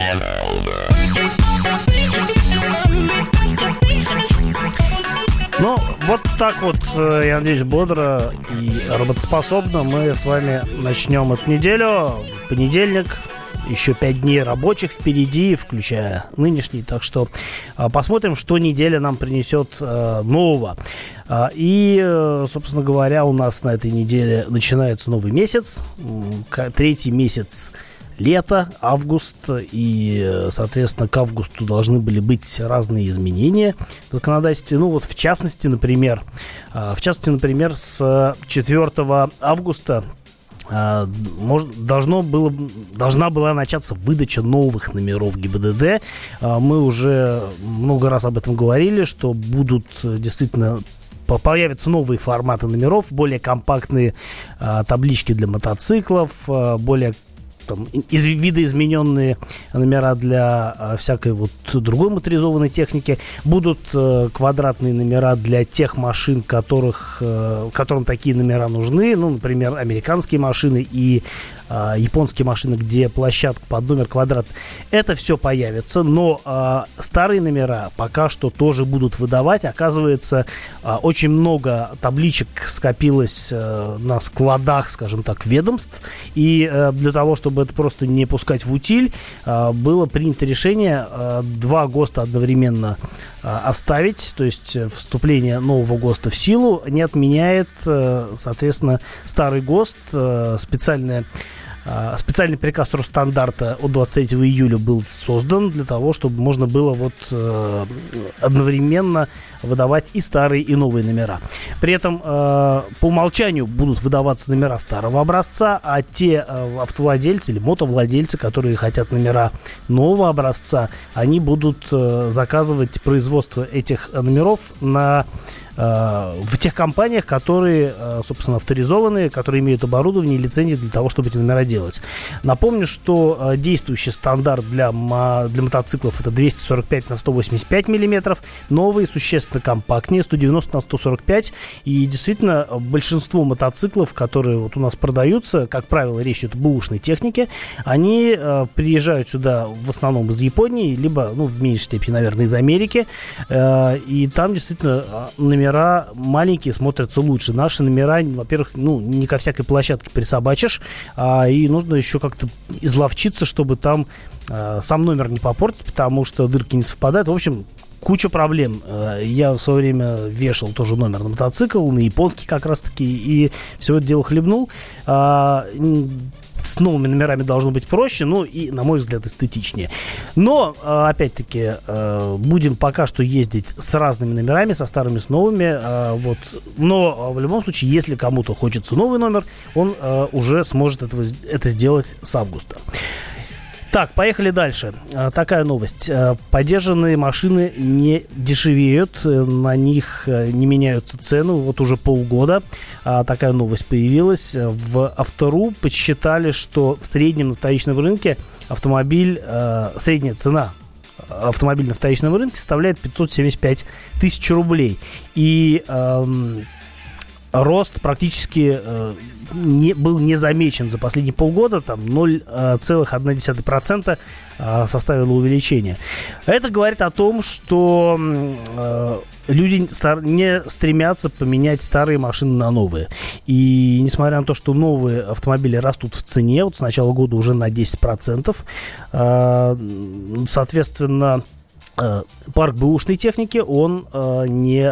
Ну, вот так вот, я надеюсь, бодро и работоспособно мы с вами начнем эту неделю. Понедельник, еще 5 дней рабочих впереди, включая нынешний. Так что посмотрим, что неделя нам принесет нового. И, собственно говоря, у нас на этой неделе начинается новый месяц. Третий месяц лето, август, и, соответственно, к августу должны были быть разные изменения в законодательстве. Ну, вот, в частности, например, с 4 августа должна была начаться выдача новых номеров ГИБДД. Мы уже много раз об этом говорили, что будут действительно появятся новые форматы номеров, более компактные таблички для мотоциклов, более видоизмененные номера для всякой вот другой моторизованной техники. Будут квадратные номера для тех машин, которым такие номера нужны. Ну, например, американские машины и японские машины, где площадка под номер квадрат. Это все появится, но старые номера пока что тоже будут выдавать. Оказывается, очень много табличек скопилось на складах, скажем так, ведомств. И для того, чтобы это просто не пускать в утиль, было принято решение 2 ГОСТа одновременно оставить. То есть вступление нового ГОСТа в силу не отменяет, соответственно, старый ГОСТ. Специальный приказ Росстандарта от 23 июля был создан для того, чтобы можно было одновременно выдавать и старые, и новые номера. При этом по умолчанию будут выдаваться номера старого образца, а те автовладельцы или мотовладельцы, которые хотят номера нового образца, они будут заказывать производство этих номеров в тех компаниях, которые, собственно, авторизованные, которые имеют оборудование и лицензии для того, чтобы эти номера делать. Напомню, что действующий стандарт для мотоциклов это 245 на 185 миллиметров, новые существенно компактнее, 190 на 145, и действительно большинство мотоциклов, которые вот у нас продаются, как правило, речь идет о бэушной технике, они приезжают сюда в основном из Японии, либо, в меньшей степени, наверное, из Америки, и там действительно номера маленькие смотрятся лучше. Наши номера, во-первых, не ко всякой площадке присобачишь, и нужно еще как-то изловчиться, чтобы там сам номер не попортить, потому что дырки не совпадают. В общем, куча проблем. Я в свое время вешал тоже номер на мотоцикл, на японский как раз-таки, и все это дело хлебнул. С новыми номерами должно быть проще, и, на мой взгляд, эстетичнее. Но, опять-таки, будем пока что ездить с разными номерами, со старыми, с новыми. Но, в любом случае, если кому-то хочется новый номер, он уже сможет это сделать с августа. Так, поехали дальше. Такая новость. Подержанные машины не дешевеют, на них не меняются цены вот уже полгода. Такая новость появилась. В Автору подсчитали, что в среднем на вторичном рынке средняя цена автомобиля на вторичном рынке составляет 575 тысяч рублей. И рост практически был не замечен за последние полгода, там 0,1% составило увеличение. Это говорит о том, что люди не стремятся поменять старые машины на новые. И несмотря на то, что новые автомобили растут в цене, вот с начала года уже на 10%, соответственно, парк бэушной техники, он в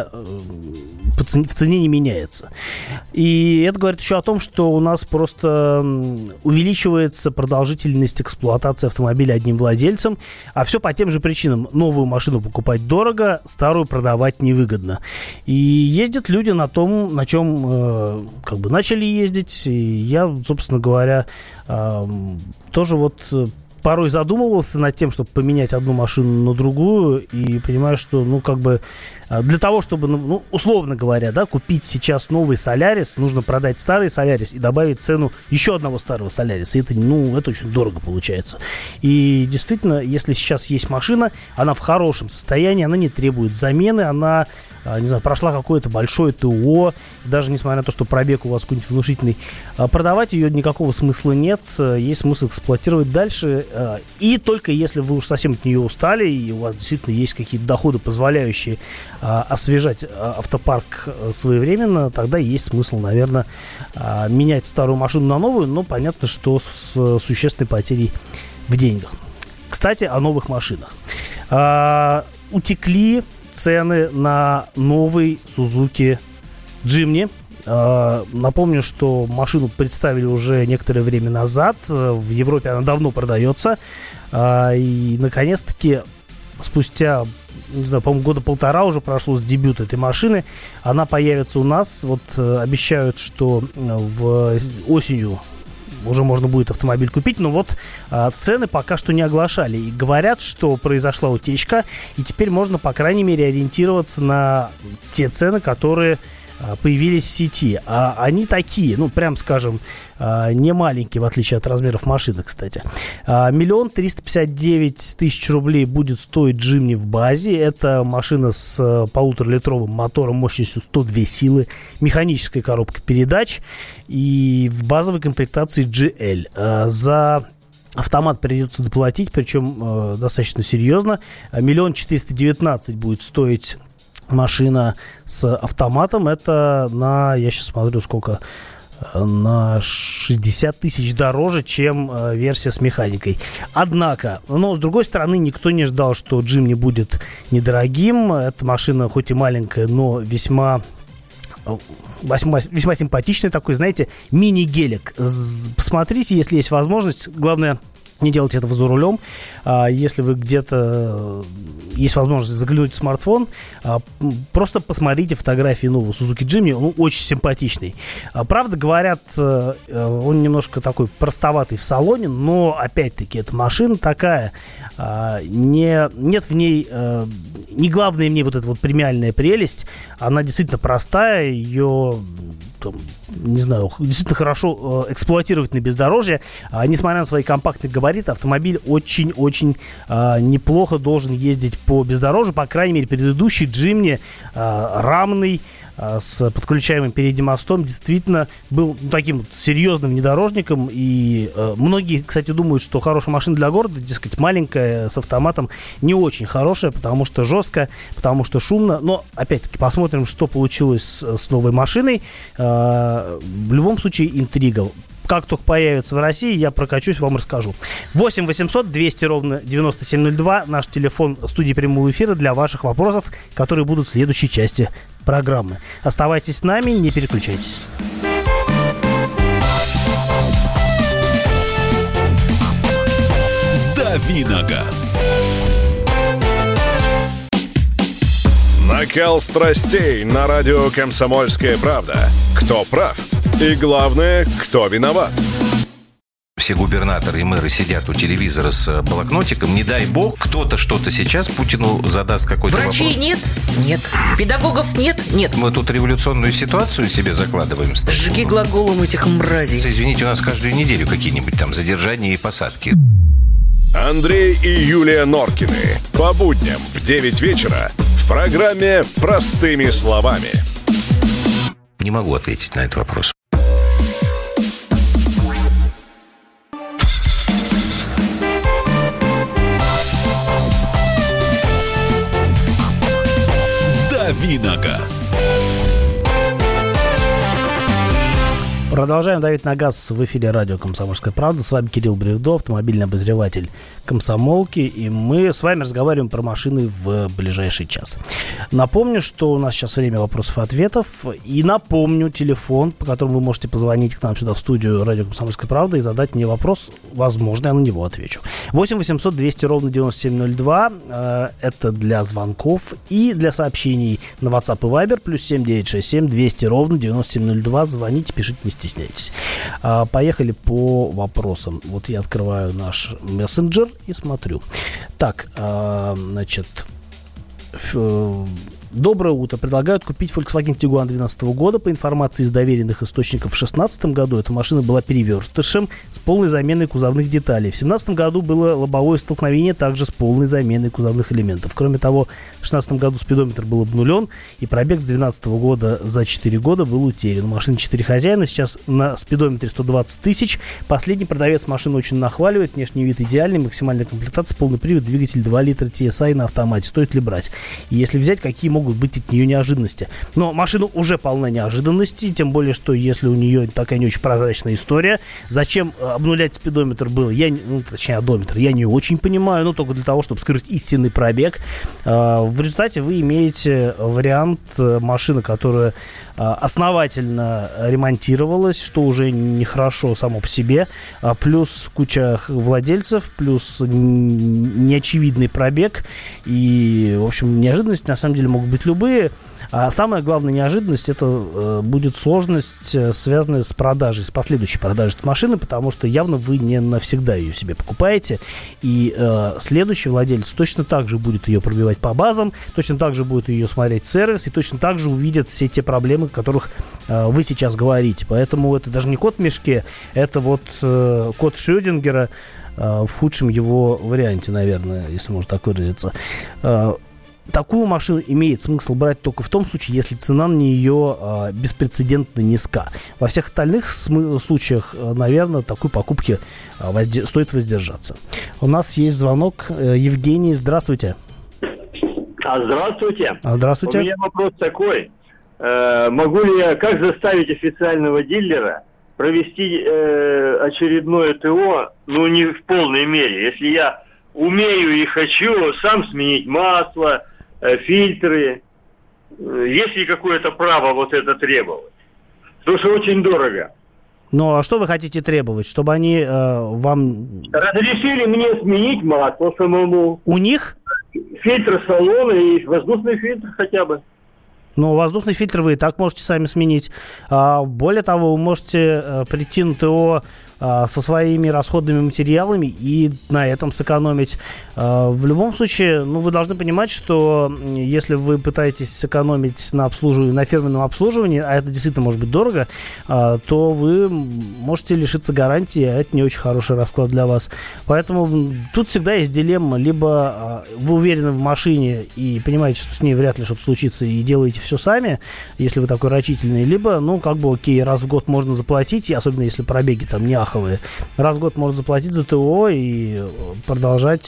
цене не меняется. И это говорит еще о том, что у нас просто увеличивается продолжительность эксплуатации автомобиля одним владельцем, а все по тем же причинам. Новую машину покупать дорого, старую продавать невыгодно. И ездят люди на том, на чем начали ездить. И я, собственно говоря, тоже порой задумывался над тем, чтобы поменять одну машину на другую, и понимаю, что, для того, чтобы, условно говоря, купить сейчас новый Солярис, нужно продать старый Солярис и добавить цену еще одного старого Соляриса. И это очень дорого получается. И действительно, если сейчас есть машина, она в хорошем состоянии, она не требует замены, она, прошла какое-то большое ТО, даже несмотря на то, что пробег у вас какой-нибудь внушительный, продавать ее никакого смысла нет. Есть смысл эксплуатировать дальше. И только если вы уж совсем от нее устали, и у вас действительно есть какие-то доходы, позволяющие освежать автопарк своевременно, тогда есть смысл, наверное, менять старую машину на новую, но понятно, что с существенной потерей в деньгах. Кстати, о новых машинах. Утекли цены на новый Suzuki Jimny. Напомню, что машину представили уже некоторое время назад. В Европе она давно продается. И, наконец-таки, спустя, не знаю, по-моему, года полтора уже прошло с дебюта этой машины. Она появится у нас. Вот обещают, что осенью уже можно будет автомобиль купить, но вот цены пока что не оглашали. И говорят, что произошла утечка, и теперь можно, по крайней мере, ориентироваться на те цены, которые появились в сети. А они такие, прям скажем, не маленькие, в отличие от размеров машины, кстати. 1 359 000 рублей будет стоить Jimny в базе. Это машина с 1,5-литровым мотором мощностью 102 силы, механической коробкой передач и в базовой комплектации GL. За автомат придется доплатить, причем достаточно серьезно. 1 419 000 будет стоить машина с автоматом. Это я сейчас смотрю, сколько, на 60 тысяч дороже, чем версия с механикой. Однако, с другой стороны, никто не ждал, что Jimny будет недорогим. Эта машина хоть и маленькая, но весьма симпатичный такой, знаете, мини-гелик. Посмотрите, если есть возможность. Главное, не делайте этого за рулем. Если вы где-то есть возможность заглянуть в смартфон, просто посмотрите фотографии нового Suzuki Jimny. Он очень симпатичный. Правда, говорят, он немножко такой простоватый в салоне, но, опять-таки, эта машина такая. Нет в ней... Не главная мне вот эта вот премиальная прелесть. Она действительно простая. Ее... не знаю, действительно хорошо эксплуатировать на бездорожье. Несмотря на свои компактные габариты, автомобиль очень-очень неплохо должен ездить по бездорожью. По крайней мере, предыдущий Jimny, рамный, с подключаемым передним мостом, действительно был таким серьезным внедорожником. И многие, кстати, думают, что хорошая машина для города, дескать, маленькая, с автоматом, не очень хорошая, потому что жестко, потому что шумно. Но, опять-таки, посмотрим, что получилось с новой машиной. В любом случае, интрига. Как только появится в России, я прокачусь, вам расскажу. 8 800 200 ровно 9702. Наш телефон студии прямого эфира для ваших вопросов, которые будут в следующей части программы. Оставайтесь с нами, не переключайтесь. Дави на газ. Накал страстей на радио «Комсомольская правда». Кто прав? И главное, кто виноват? Все губернаторы и мэры сидят у телевизора с блокнотиком. Не дай бог, кто-то что-то сейчас Путину задаст какой-то Врачей вопрос. нет? Нет. Педагогов нет? Нет. Мы тут революционную ситуацию себе закладываем. Сжиги глаголом этих мразей. Извините, у нас каждую неделю какие-нибудь там задержания и посадки. Андрей и Юлия Норкины. По будням в 9 вечера в программе «Простыми словами». Не могу ответить на этот вопрос. Дави на газ. Продолжаем давить на газ в эфире радио «Комсомольская правда». С вами Кирилл Бревдо, автомобильный обозреватель «Комсомолки». И мы с вами разговариваем про машины в ближайший час. Напомню, что у нас сейчас время вопросов-ответов. И напомню телефон, по которому вы можете позвонить к нам сюда в студию радио «Комсомольская правда» и задать мне вопрос. Возможно, я на него отвечу. 8 800 200 ровно 9702. Это для звонков и для сообщений на WhatsApp и Viber. Плюс 7967 200 ровно 9702. Звоните, пишите, не стесняйтесь. Поехали по вопросам. Вот я открываю наш мессенджер и смотрю. Так, значит, Доброе утро. Предлагают купить Volkswagen Tiguan 2012 года. По информации из доверенных источников, в 2016 году эта машина была переверстышем с полной заменой кузовных деталей. В 2017 году было лобовое столкновение также с полной заменой кузовных элементов. Кроме того, в 2016 году спидометр был обнулен, и пробег с 2012 года за 4 года был утерян. У машины 4 хозяина, сейчас на спидометре 120 тысяч. Последний продавец машины очень нахваливает. Внешний вид идеальный, максимальная комплектация, полный привод, двигатель 2 литра TSI на автомате. Стоит ли брать? И если взять, какие могут быть от нее неожиданности? Но машина уже полна неожиданностей, тем более, что если у нее такая не очень прозрачная история, зачем обнулять спидометр было? Точнее, одометр, я не очень понимаю, но только для того, чтобы скрыть истинный пробег. В результате вы имеете вариант машины, которая основательно ремонтировалась, что уже нехорошо само по себе, плюс куча владельцев, плюс неочевидный пробег, и, в общем, неожиданности на самом деле могут быть любые. А самая главная неожиданность — это будет сложность, связанная с продажей, с последующей продажей этой машины, потому что явно вы не навсегда ее себе покупаете, и следующий владелец точно так же будет ее пробивать по базам, точно так же будет ее смотреть сервис, и точно так же увидит все те проблемы, о которых вы сейчас говорите. Поэтому это даже не кот в мешке, это вот кот Шрёдингера в худшем его варианте, наверное, если можно так выразиться. Такую машину имеет смысл брать только в том случае, если цена на нее беспрецедентно низка. Во всех остальных случаях, наверное, такой покупки стоит воздержаться. У нас есть звонок. Евгений, здравствуйте. Здравствуйте. Здравствуйте. У меня вопрос такой. Могу ли я, как заставить официального дилера провести очередное ТО, но не в полной мере? Если я умею и хочу сам сменить масло, фильтры, есть ли какое-то право вот это требовать? Потому что очень дорого. Ну, а что вы хотите требовать? Чтобы они вам... Разрешили мне сменить масло самому. У них? Фильтр салона и воздушный фильтр хотя бы. Ну, воздушный фильтр вы и так можете сами сменить. Более того, вы можете прийти на ТО со своими расходными материалами и на этом сэкономить. В любом случае, вы должны понимать, что если вы пытаетесь сэкономить на обслуживании, на фирменном обслуживании, а это действительно может быть дорого, то вы можете лишиться гарантии, а это не очень хороший расклад для вас. Поэтому тут всегда есть дилемма. Либо вы уверены в машине и понимаете, что с ней вряд ли что-то случится, и делаете все сами, если вы такой рачительный, либо, окей, раз в год можно заплатить, особенно если пробеги там не аховые, раз в год можно заплатить за ТО и продолжать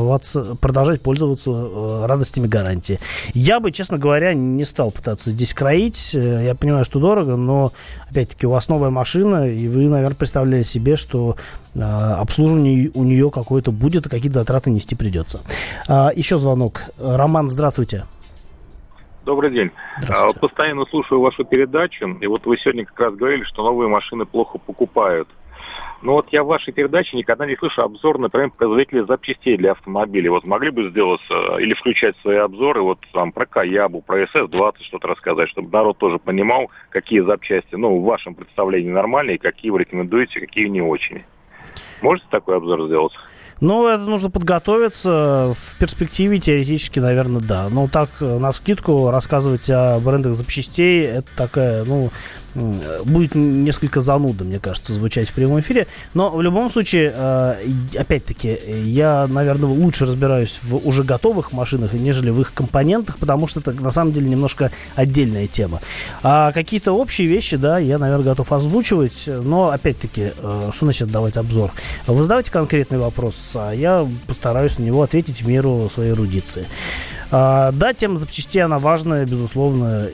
пользоваться радостями гарантии. Я бы, честно говоря, не стал пытаться здесь кроить. Я понимаю, что дорого, но, опять-таки, у вас новая машина, и вы, наверное, представляли себе, что обслуживание у нее какое-то будет, и какие-то затраты нести придется. Еще звонок. Роман, здравствуйте. Добрый день. Постоянно слушаю вашу передачу, и вот вы сегодня как раз говорили, что новые машины плохо покупают. Но вот я в вашей передаче никогда не слышу обзор, например, производителей запчастей для автомобилей. Вот могли бы сделать или включать свои обзоры вот там про Каябу, про СС-20 что-то рассказать, чтобы народ тоже понимал, какие запчасти, в вашем представлении нормальные, какие вы рекомендуете, какие не очень. Можете такой обзор сделать? Это нужно подготовиться. В перспективе теоретически, наверное, да. Но так, навскидку, рассказывать о брендах запчастей, это такая, будет несколько занудно, мне кажется, звучать в прямом эфире. Но в любом случае, опять-таки, я, наверное, лучше разбираюсь в уже готовых машинах, нежели в их компонентах, потому что это, на самом деле, немножко отдельная тема. А какие-то общие вещи, да, я, наверное, готов озвучивать. Но, опять-таки, что значит давать обзор? Вы задавайте конкретный вопрос, а я постараюсь на него ответить в меру своей эрудиции. Да, тема запчастей, она важная, безусловно,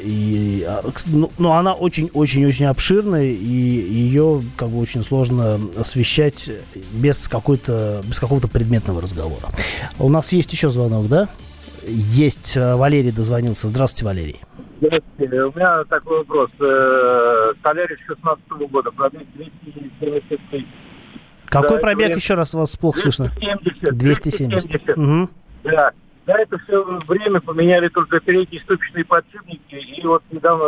но она очень-очень-очень обширная, и ее очень сложно освещать без какого-то предметного разговора. У нас есть еще звонок, да? Есть. Валерий дозвонился. Здравствуйте, Валерий. Здравствуйте. У меня такой вопрос. Солярис 16 года, пробег 270 тысяч. Какой пробег, еще раз, вас плохо слышно? 270. Угу. Да. За это все время поменяли только передние ступичные подшипники, и вот недавно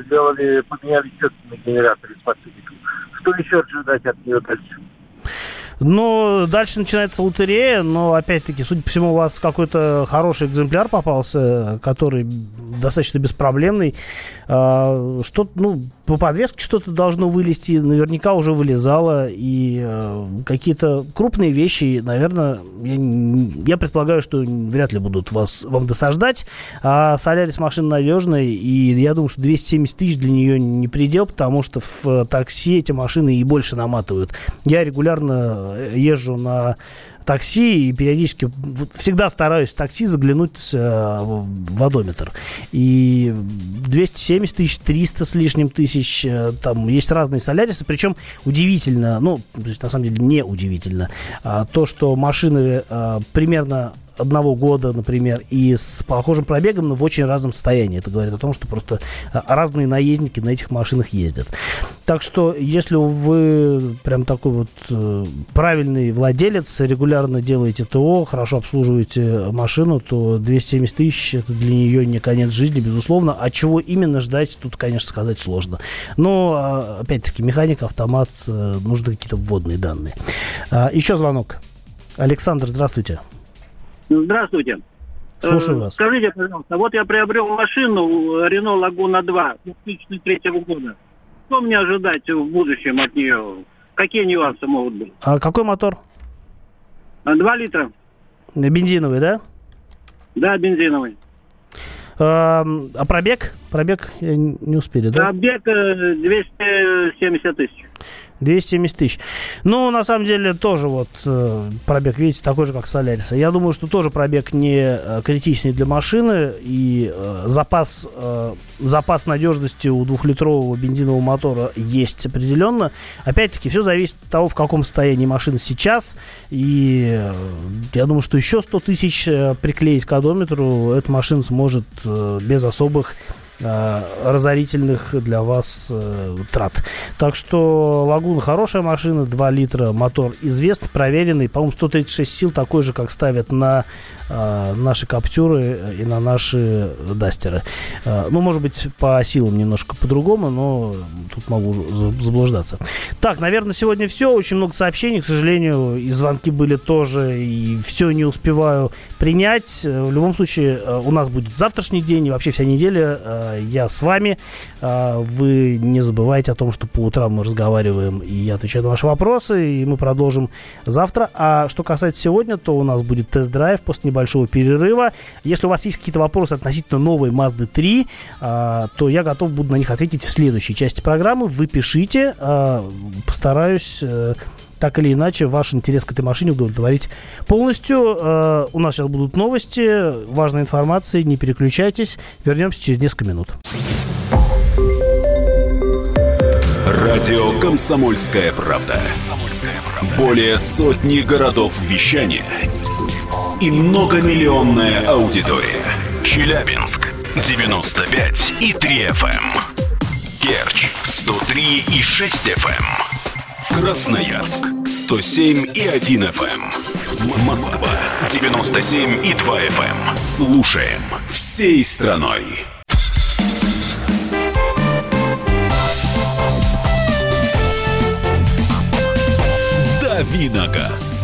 поменяли чувственный генератор из подшипников. Что еще ожидать от нее дальше? Но дальше начинается лотерея, но, опять-таки, судя по всему, у вас какой-то хороший экземпляр попался, который достаточно беспроблемный. Что-то, по подвеске что-то должно вылезти, наверняка уже вылезало, и какие-то крупные вещи, наверное, я предполагаю, что вряд ли будут вам досаждать. А Солярис машина надежная, и я думаю, что 270 тысяч для нее не предел, потому что в такси эти машины и больше наматывают. Я регулярно езжу на такси и периодически всегда стараюсь в такси заглянуть в одометр. И 270 тысяч, 300 с лишним тысяч, там есть разные солярисы. Причем удивительно, то есть на самом деле не удивительно, то, что машины примерно одного года, например, и с похожим пробегом, но в очень разном состоянии. Это говорит о том, что просто разные наездники на этих машинах ездят. Так что, если вы прям такой вот правильный владелец, регулярно делаете ТО, хорошо обслуживаете машину, то 270 тысяч — это для нее не конец жизни, безусловно. А чего именно ждать, тут, конечно, сказать сложно. Но, опять-таки, механика, автомат, нужны какие-то вводные данные. Еще звонок. Александр, здравствуйте. Здравствуйте. Слушаю вас. Скажите, пожалуйста, вот я приобрел машину Renault Laguna 2 2003 года. Что мне ожидать в будущем от нее? Какие нюансы могут быть? А какой мотор? 2 литра. Бензиновый, да? Да, бензиновый. А пробег? Пробег не успели, да? Пробег 270 тысяч. 270 тысяч. На самом деле, тоже пробег, видите, такой же, как Соляриса. Я думаю, что тоже пробег не критичный для машины, и запас надежности у двухлитрового бензинового мотора есть определенно. Опять-таки, все зависит от того, в каком состоянии машина сейчас, и я думаю, что еще 100 тысяч приклеить к одометру эта машина сможет без особых разорительных для вас трат. Так что Лагуна хорошая машина, 2 литра, мотор известный, проверенный, по-моему, 136 сил, такой же, как ставят на наши Каптюры и на наши Дастеры. Может быть, по силам немножко по-другому, но тут могу заблуждаться. Так, наверное, сегодня все. Очень много сообщений, к сожалению, и звонки были тоже, и все не успеваю принять. В любом случае, у нас будет завтрашний день и вообще вся неделя. Я с вами. Вы не забывайте о том, что по утрам мы разговариваем, и я отвечаю на ваши вопросы, и мы продолжим завтра. А что касается сегодня, то у нас будет тест-драйв после небольшого перерыва. Если у вас есть какие-то вопросы относительно новой Mazda 3, то я готов буду на них ответить в следующей части программы. Вы пишите, постараюсь так или иначе ваш интерес к этой машине удовлетворить полностью. У нас сейчас будут новости, важная информация, не переключайтесь. Вернемся через несколько минут. Радио «Комсомольская правда». Более сотни городов вещания и многомиллионная аудитория. Челябинск 95,3 FM. Керчь 103,6 FM. Красноярск 107,1 FM. Москва 97,2 FM. Слушаем всей страной. Дави на газ.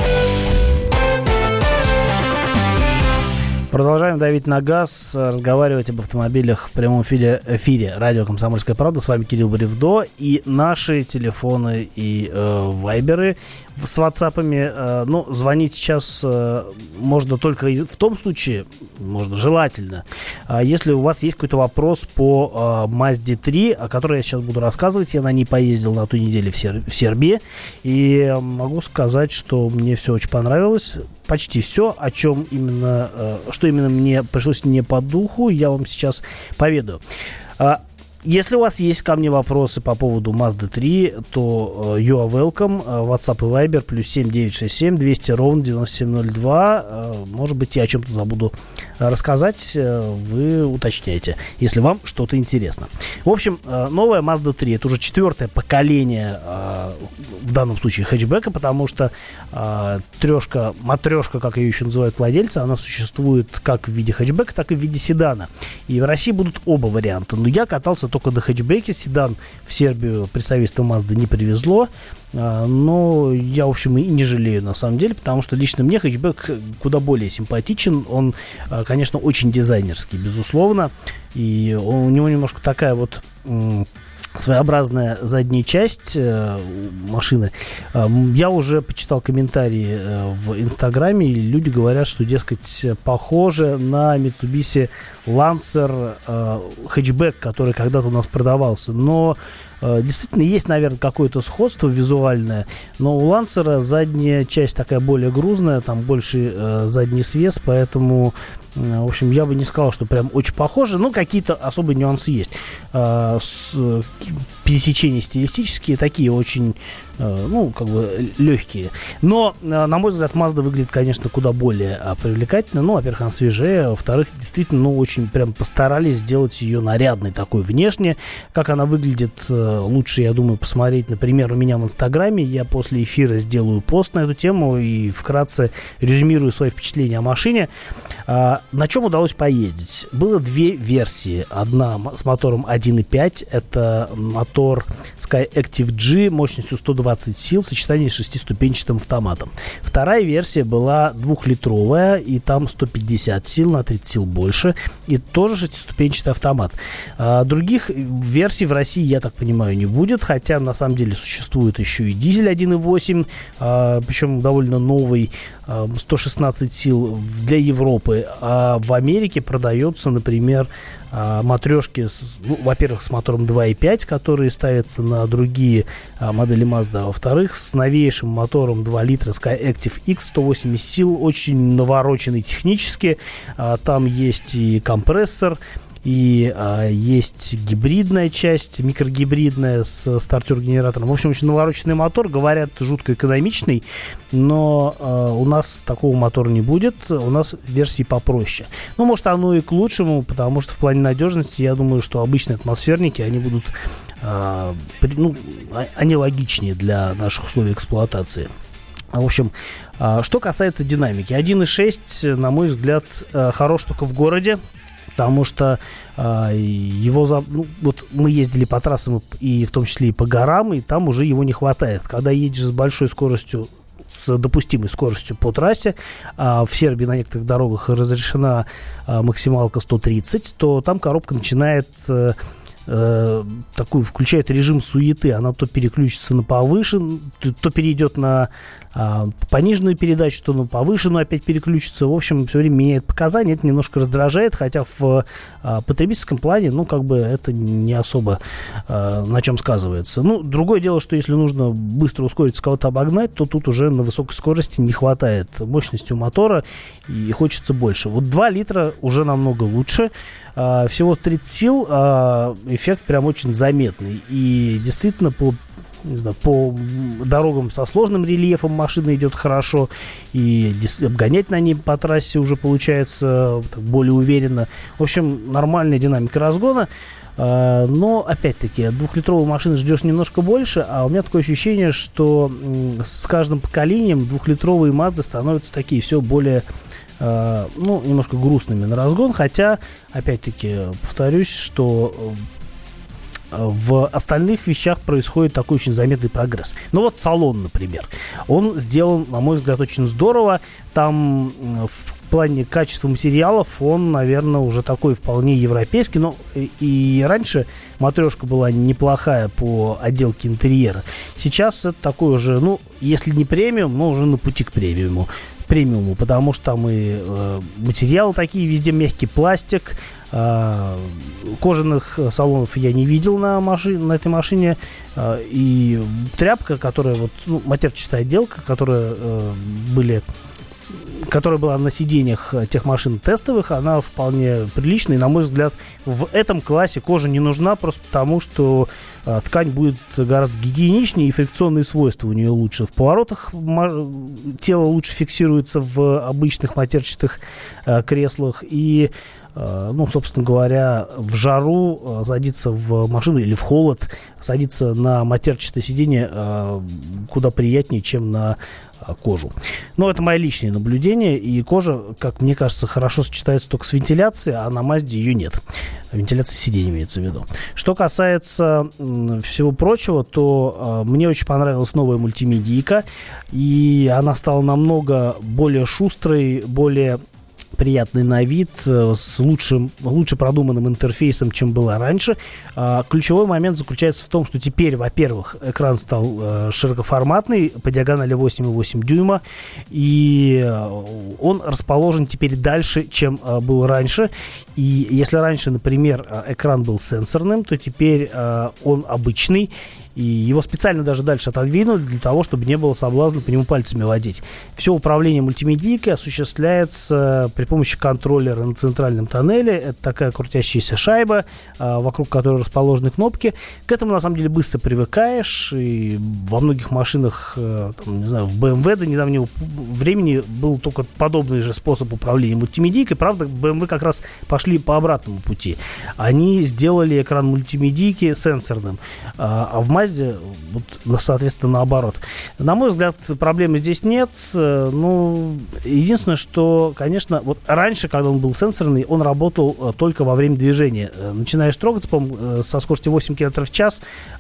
Продолжаем давить на газ, разговаривать об автомобилях в прямом эфире радио «Комсомольская правда». С вами Кирилл Бревдо, и наши телефоны и вайберы с ватсапами. Звонить сейчас можно только в том случае, можно желательно, если у вас есть какой-то вопрос по Mazda 3, о которой я сейчас буду рассказывать. Я на ней поездил на той неделе в Сербии, и могу сказать, что мне все очень понравилось. Почти все, что именно мне пришлось не по духу, я вам сейчас поведаю. Если у вас есть ко мне вопросы по поводу Mazda 3, то you are welcome. WhatsApp и Viber +7 967 200 9702. Может быть, я о чем-то забуду рассказать. Вы уточняйте, если вам что-то интересно. В общем, новая Mazda 3. Это уже 4-е поколение, в данном случае, хэтчбека, потому что матрешка, как ее еще называют владельцы, она существует как в виде хэтчбека, так и в виде седана. И в России будут оба варианта. Но я катался только на хэтчбеке. Седан в Сербию представительство Mazda не привезло. Но я, в общем, и не жалею, на самом деле, потому что лично мне хэтчбэк куда более симпатичен. Он, конечно, очень дизайнерский, безусловно. И у него немножко такая вот своеобразная задняя часть машины. Я уже почитал комментарии в Инстаграме, и люди говорят, что, дескать, похоже на Mitsubishi Lancer хэтчбэк, который когда-то у нас продавался. Но действительно есть, наверное, какое-то сходство визуальное, но у Lancer задняя часть такая более грузная, там больше задний свес, поэтому, в общем, я бы не сказал, что прям очень похоже, но какие-то особые нюансы есть. Пересечения стилистические такие очень, легкие. Но, на мой взгляд, Mazda выглядит, конечно, куда более привлекательно. Ну, во-первых, она свежее, во-вторых, действительно, очень прям постарались сделать ее нарядной такой внешне. Как она выглядит, лучше, я думаю, посмотреть, например, у меня в Инстаграме. Я после эфира сделаю пост на эту тему и вкратце резюмирую свои впечатления о машине. На чем удалось поездить? Было две версии. Одна с мотором 1.5. Это мотор Skyactiv G мощностью 120 сил в сочетании с шестиступенчатым автоматом. Вторая версия была двухлитровая, и там 150 сил, на 30 сил больше, и тоже шестиступенчатый автомат. Других версий в России, я так понимаю, не будет, хотя на самом деле существует еще и дизель 1.8, причем довольно новый, 116 сил для Европы. А в Америке продается, например, матрешки, во-первых, с мотором 2.5, которые ставятся на другие модели Mazda, а во-вторых, с новейшим мотором 2 литра Skyactiv X, 180 сил, очень навороченный технически. Там есть и компрессор, и есть гибридная часть, микрогибридная с стартер-генератором. В общем, очень навороченный мотор. Говорят, жутко экономичный, но у нас такого мотора не будет. У нас версии попроще. Ну, может, оно и к лучшему, потому что в плане надежности, я думаю, что обычные атмосферники, они будут они логичнее для наших условий эксплуатации. В общем, что касается динамики. 1.6, на мой взгляд, хорош только в городе. Потому что вот мы ездили по трассам, и в том числе и по горам, и там уже его не хватает. Когда едешь с большой скоростью, с допустимой скоростью по трассе, в Сербии на некоторых дорогах разрешена максималка 130, то там коробка начинает включает режим суеты. Она то переключится на повышенную, то перейдет на пониженную передачу, то на повышенную опять переключится. В общем, все время меняет показания. Это немножко раздражает, хотя в потребительском плане, это не особо на чем сказывается. Другое дело, что если нужно быстро ускориться, кого-то обогнать, то тут уже на высокой скорости не хватает мощности у мотора и хочется больше. Вот 2 литра уже намного лучше. Всего 30 сил, эффект прям очень заметный. И действительно по дорогам со сложным рельефом машина идет хорошо, и обгонять на ней по трассе уже получается более уверенно. В общем, нормальная динамика разгона. Но, опять-таки, от двухлитровой машины ждешь немножко больше, а у меня такое ощущение, что с каждым поколением двухлитровые Mazda становятся такие все более немножко грустными на разгон, хотя, опять-таки, повторюсь, что в остальных вещах происходит такой очень заметный прогресс. Вот салон, например, он сделан, на мой взгляд, очень здорово. Там в плане качества материалов он, наверное, уже такой вполне европейский. Но и раньше матрешка была неплохая по отделке интерьера. Сейчас это такой уже, если не премиум, но уже на пути к премиуму, потому что там и материалы такие, везде мягкий пластик. Кожаных салонов я не видел на этой машине. И тряпка, которая матерчатая отделка, которая была на сиденьях тех машин тестовых, она вполне приличная. И, на мой взгляд, в этом классе кожа не нужна, просто потому что ткань будет гораздо гигиеничнее, и фрикционные свойства у нее лучше. В поворотах тело лучше фиксируется в обычных матерчатых креслах. И собственно говоря, в жару садиться в машину или в холод садиться на матерчатое сиденье куда приятнее, чем на кожу. Но это мои личные наблюдения, и кожа, как мне кажется, хорошо сочетается только с вентиляцией, а на Мазде ее нет. Вентиляция сидений имеется в виду. Что касается всего прочего, то мне очень понравилась новая мультимедийка, и она стала намного более шустрой, более приятный на вид, с лучше продуманным интерфейсом, чем было раньше. Ключевой момент заключается в том, что теперь, во-первых, экран стал широкоформатный, по диагонали 8,8 дюйма, и он расположен теперь дальше, чем был раньше. И если раньше, например, экран был сенсорным, то теперь он обычный, и его специально даже дальше отодвинули для того, чтобы не было соблазна по нему пальцами водить. Все управление мультимедийкой осуществляется при помощи контроллера на центральном тоннеле. Это такая крутящаяся шайба, вокруг которой расположены кнопки. К этому, на самом деле, быстро привыкаешь. И во многих машинах, не знаю, в BMW до недавнего времени был только подобный же способ управления мультимедийкой. Правда, BMW как раз пошли по обратному пути. Они сделали экран мультимедийки сенсорным. А в Mazda, вот, соответственно, наоборот. На мой взгляд, проблемы здесь нет. Ну, единственное, что, конечно, вот раньше, когда он был сенсорный, он работал только во время движения. Начинаешь трогаться, по-моему, со скоростью 8 км в час,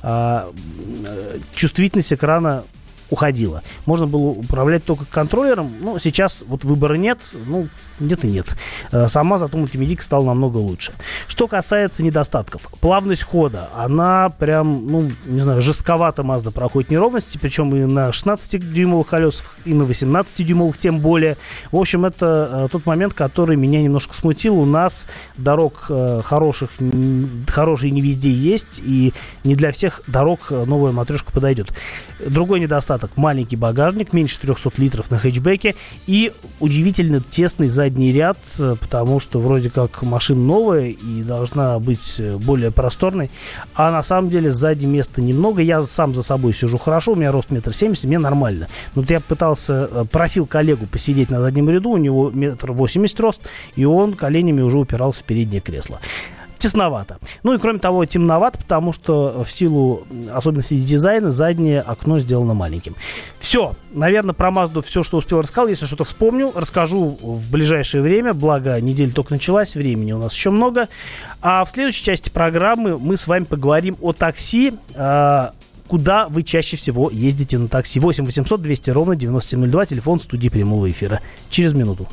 чувствительность экрана уходила. Можно было управлять только контроллером, но сейчас вот выбора нет, ну, нет и нет. Сама зато мультимедийка стала намного лучше. Что касается недостатков. Плавность хода, она прям, ну, не знаю, жестковато Mazda проходит неровности, причем и на 16-дюймовых колесах, и на 18-дюймовых тем более. В общем, это тот момент, который меня немножко смутил. У нас дорог хорошие не везде есть, и не для всех дорог новая матрешка подойдет. Другой недостаток. Маленький багажник, меньше 300 литров на хэтчбеке и удивительно тесный задний ряд, потому что вроде как машина новая и должна быть более просторной, а на самом деле сзади места немного. Я сам за собой сижу хорошо, у меня рост 1,70 м, мне нормально. Но вот я просил коллегу посидеть на заднем ряду, у него 1,80 м рост, и он коленями уже упирался в переднее кресло. Тесновато. Ну и кроме того, темновато, потому что в силу особенностей дизайна заднее окно сделано маленьким. Все. Наверное, про Mazda все, что успел, рассказал. Если что-то вспомню, расскажу в ближайшее время. Благо, неделя только началась, времени у нас еще много. А в следующей части программы мы с вами поговорим о такси. Куда вы чаще всего ездите на такси? 8 800 200 ровно 9702, телефон студии прямого эфира. Через минуту.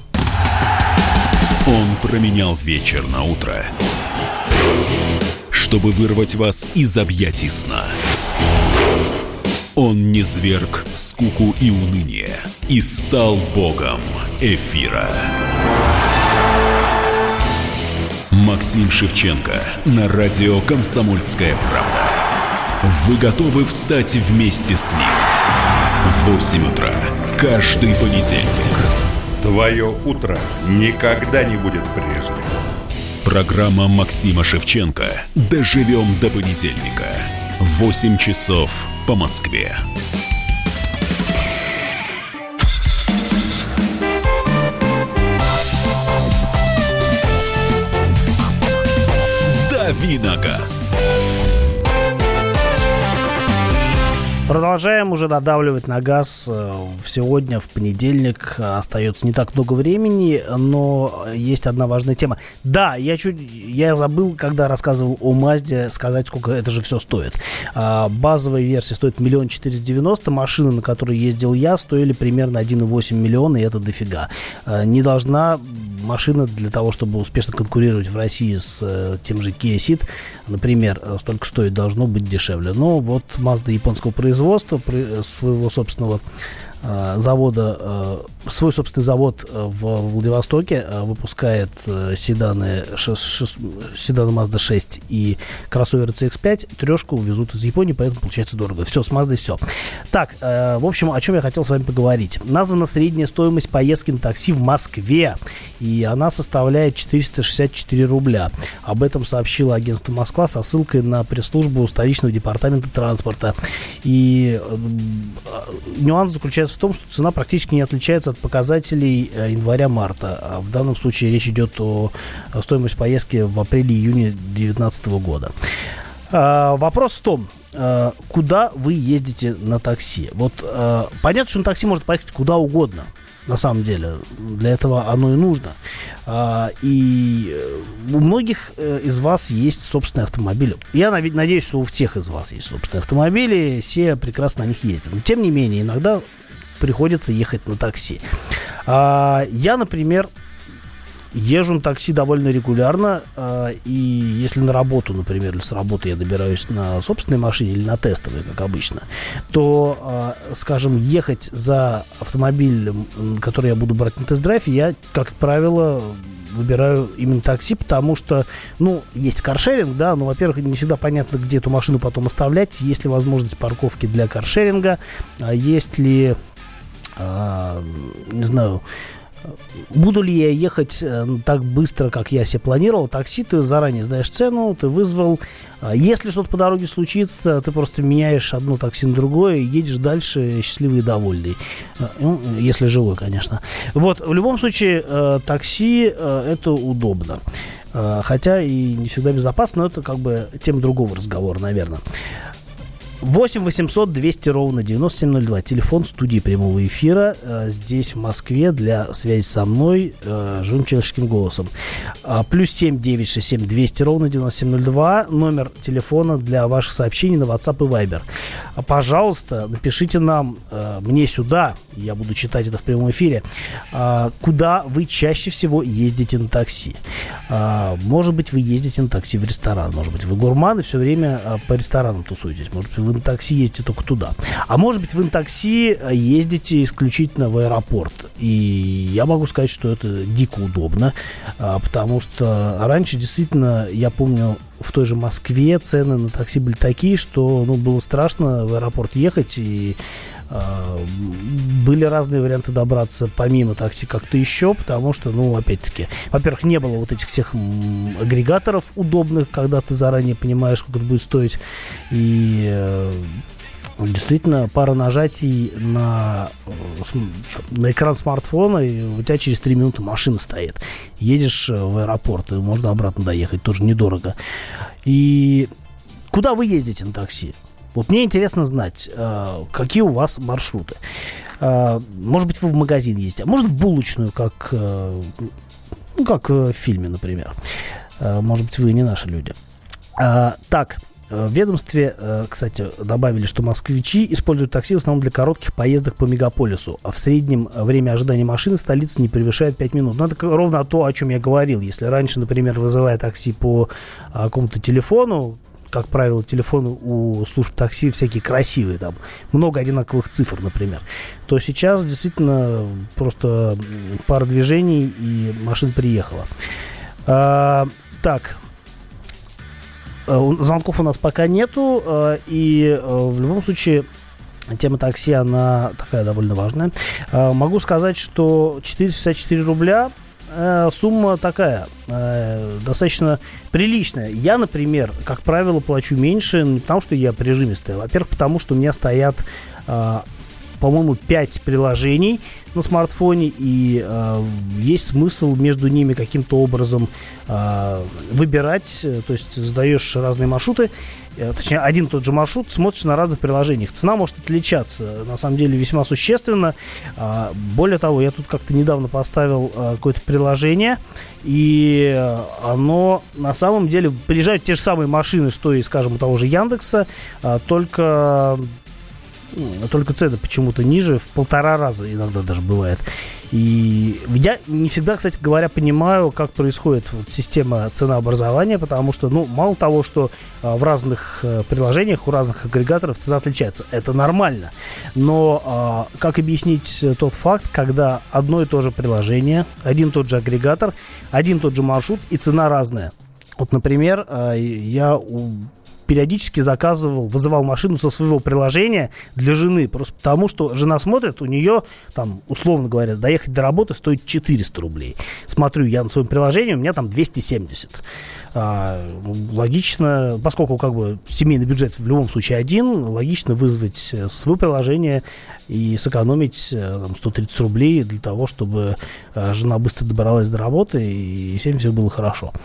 Он променял вечер на утро, чтобы вырвать вас из объятий сна. Он низвергг скуку и уныние и стал богом эфира. Максим Шевченко на радио «Комсомольская правда». Вы готовы встать вместе с ним? В 8 утра каждый понедельник. Твое утро никогда не будет прежним. Программа Максима Шевченко «Доживем до понедельника». 8 часов по Москве. Дави на газ. Продолжаем уже додавливать на газ. Сегодня, в понедельник, остается не так много времени, но есть одна важная тема. Да, я забыл, когда рассказывал о Мазде, сказать, сколько это же все стоит. Базовая версия стоит 1 490 000. Машины, на которой ездил я, стоили примерно 1,8 миллиона, и это дофига. Не должна машина для того, чтобы успешно конкурировать в России с тем же Kia Ceed, например, столько стоить, должно быть дешевле. Но вот Mazda японского производства, своего собственного завода, свой собственный завод в Владивостоке выпускает седаны Mazda 6 и кроссоверы CX-5. Трешку везут из Японии, поэтому получается дорого. Все, с Mazda все. Так, в общем, о чем я хотел с вами поговорить. Названа средняя стоимость поездки на такси в Москве, и она составляет 464 рубля. Об этом сообщило агентство «Москва» со ссылкой на пресс-службу столичного департамента транспорта. И нюанс заключается в том, что цена практически не отличается от показателей января-марта. А в данном случае речь идет о стоимости поездки в апреле-июне 2019 года. Вопрос в том, куда вы ездите на такси? Вот понятно, что на такси может поехать куда угодно. На самом деле, для этого оно и нужно. И у многих из вас есть собственные автомобили. Я надеюсь, что у всех из вас есть собственные автомобили, все прекрасно на них ездят. Но, тем не менее, иногда приходится ехать на такси. Я, например, езжу на такси довольно регулярно, и если на работу, например, или с работы я добираюсь на собственной машине или на тестовой, как обычно, то, скажем, ехать за автомобилем, который я буду брать на тест-драйв, я, как правило, выбираю именно такси, потому что, есть каршеринг, да, но, во-первых, не всегда понятно, где эту машину потом оставлять, есть ли возможность парковки для каршеринга, есть ли, не знаю, буду ли я ехать так быстро, как я себе планировал. Такси, ты заранее знаешь цену, ты вызвал. Если что-то по дороге случится, ты просто меняешь одно такси на другое и едешь дальше счастливый и довольный. Если живой, конечно. Вот, в любом случае, такси это удобно. Хотя и не всегда безопасно, но это как бы тема другого разговора, наверное. 8 800 200 ровно 9702. Телефон студии прямого эфира здесь, в Москве, для связи со мной живым человеческим голосом. Плюс 7 967 200 ровно 9702. Номер телефона для ваших сообщений на WhatsApp и Viber. Пожалуйста, напишите нам, мне сюда, я буду читать это в прямом эфире, куда вы чаще всего ездите на такси. Может быть, вы ездите на такси в ресторан. Может быть, вы гурман и все время по ресторанам тусуетесь. Может быть, вы на такси ездите только туда. А может быть, вы на такси ездите исключительно в аэропорт. И я могу сказать, что это дико удобно, потому что раньше, действительно, я помню, в той же Москве цены на такси были такие, что было страшно в аэропорт ехать, и были разные варианты добраться помимо такси как-то еще, потому что, опять-таки, во-первых, не было вот этих всех агрегаторов удобных, когда ты заранее понимаешь, сколько это будет стоить, и действительно пара нажатий на экран смартфона, и у тебя через 3 минуты машина стоит. Едешь в аэропорт, и можно обратно доехать, тоже недорого. И куда вы ездите на такси? Вот мне интересно знать, какие у вас маршруты. Может быть, вы в магазин ездите, а может, в булочную, как в фильме, например. Может быть, вы не наши люди. Так, в ведомстве, кстати, добавили, что москвичи используют такси в основном для коротких поездок по мегаполису. А в среднем время ожидания машины в столице не превышает 5 минут. Но это ровно то, о чем я говорил. Если раньше, например, вызывая такси по какому-то телефону, как правило, телефоны у служб такси всякие красивые, там много одинаковых цифр, например, то сейчас действительно просто пара движений, и машина приехала. Так, звонков у нас пока нету, и в любом случае тема такси, она такая довольно важная. Могу сказать, что 464 рубля сумма такая, достаточно приличная. Я, например, как правило, плачу меньше, не потому что я прижимистый, во-первых, потому что у меня стоят, по-моему, 5 приложений на смартфоне, и есть смысл между ними каким-то образом выбирать, то есть задаешь разные маршруты, точнее, один и тот же маршрут, смотришь на разных приложениях. Цена может отличаться, на самом деле, весьма существенно. Более того, я тут как-то недавно поставил какое-то приложение, и оно, на самом деле, приезжают те же самые машины, что и, скажем, у того же Яндекса, только цены почему-то ниже, в 1,5 раза иногда даже бывает. И я не всегда, кстати говоря, понимаю, как происходит система ценообразования, потому что, мало того, что в разных приложениях, у разных агрегаторов цена отличается. Это нормально. Но как объяснить тот факт, когда одно и то же приложение, один и тот же агрегатор, один и тот же маршрут и цена разная? Вот, например, я периодически вызывал машину со своего приложения для жены, просто потому что жена смотрит, у нее, там, условно говоря, доехать до работы стоит 400 рублей. Смотрю я на своем приложении, у меня там 270. Логично, поскольку как бы семейный бюджет в любом случае один, логично вызвать свое приложение и сэкономить 130 рублей для того, чтобы жена быстро добралась до работы и всем все было хорошо.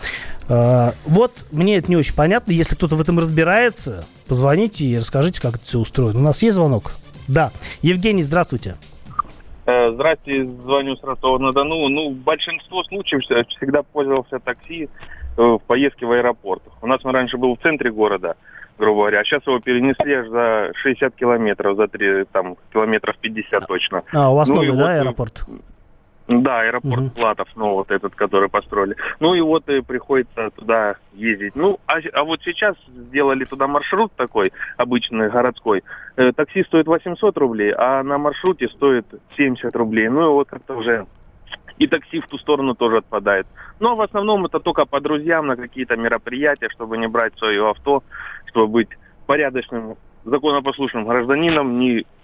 Вот мне это не очень понятно. Если кто-то в этом разбирается, позвоните и расскажите, как это все устроено. У нас есть звонок? Да. Евгений, здравствуйте. Здравствуйте, звоню с Ростова-на-Дону. Большинство случаев всегда пользовался такси в поездке в аэропорт. У нас он раньше был в центре города, грубо говоря, а сейчас его перенесли аж за 60 километров, за километров 50 точно. У вас новый, да, аэропорт? Да, аэропорт Платов, вот этот, который построили. И вот приходится туда ездить. А вот сейчас сделали туда маршрут такой, обычный, городской. Такси стоит 800 рублей, а на маршруте стоит 70 рублей. Вот как-то уже и такси в ту сторону тоже отпадает. Но в основном это только по друзьям на какие-то мероприятия, чтобы не брать свое авто, чтобы быть порядочным, законопослушным гражданином,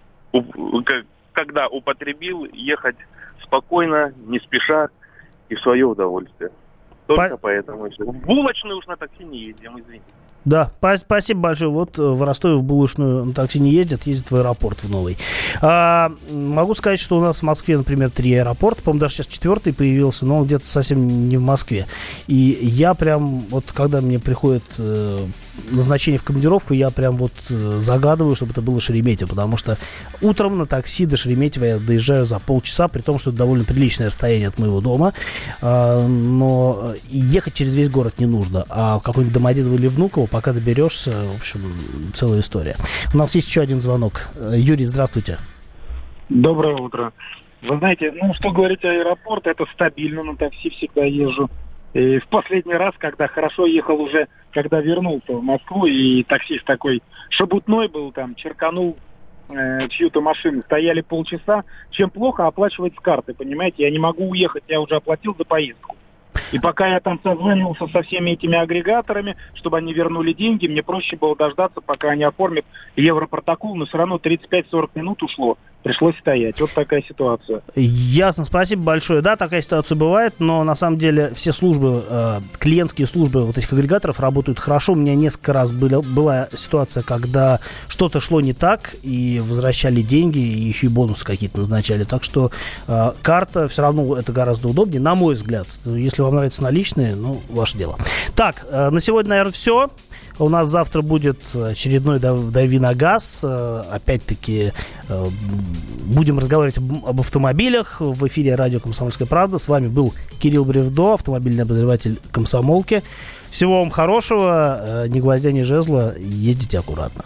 когда употребил, ехать спокойно, не спеша и в свое удовольствие. Только поэтому. В булочную уж на такси не ездим, извините. Да, спасибо большое. Вот в Ростове в булочную на такси не ездят в аэропорт в новый. Могу сказать, что у нас в Москве, например, 3 аэропорта. По-моему, даже сейчас 4-й появился, но он где-то совсем не в Москве. И я прям, когда мне приходит назначение в командировку, я прям загадываю, чтобы это было Шереметьево, потому что утром на такси до Шереметьево я доезжаю за полчаса, при том, что это довольно приличное расстояние от моего дома, но ехать через весь город не нужно, а в какой-нибудь Домодедово или Внуково, пока доберешься, в общем, целая история. У нас есть еще один звонок. Юрий, здравствуйте. Доброе утро. Вы знаете, что говорить, аэропорт, это стабильно, на такси всегда езжу. И в последний раз, когда хорошо ехал уже, когда вернулся в Москву, и таксист такой шебутной был, черканул чью-то машину, стояли полчаса, чем плохо оплачивать с карты, понимаете? Я не могу уехать, я уже оплатил за поездку. И пока я созванивался со всеми этими агрегаторами, чтобы они вернули деньги, мне проще было дождаться, пока они оформят европротокол, но все равно 35-40 минут ушло. Пришлось стоять. Вот такая ситуация. Ясно, спасибо большое. Да, такая ситуация бывает, но на самом деле все службы, клиентские службы этих агрегаторов работают хорошо. У меня несколько раз была ситуация, когда что-то шло не так, и возвращали деньги, и еще и бонусы какие-то назначали. Так что карта все равно это гораздо удобнее, на мой взгляд. Если вам нравятся наличные, ваше дело. Так, на сегодня, наверное, все. У нас завтра будет очередной «Дави на газ». Опять-таки будем разговаривать об автомобилях в эфире радио «Комсомольская правда». С вами был Кирилл Бревдо, автомобильный обозреватель «Комсомолки». Всего вам хорошего, ни гвоздя, ни жезла, ездите аккуратно.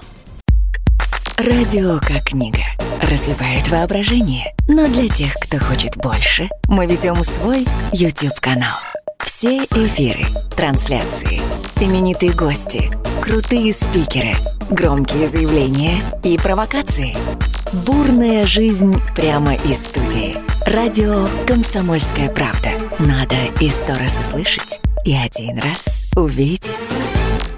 Радио как книга. Разливает воображение. Но для тех, кто хочет больше, мы ведем свой YouTube-канал. Все эфиры, трансляции, именитые гости, крутые спикеры, громкие заявления и провокации. Бурная жизнь прямо из студии. Радио «Комсомольская правда». Надо и 100 раз услышать, и 1 раз увидеть.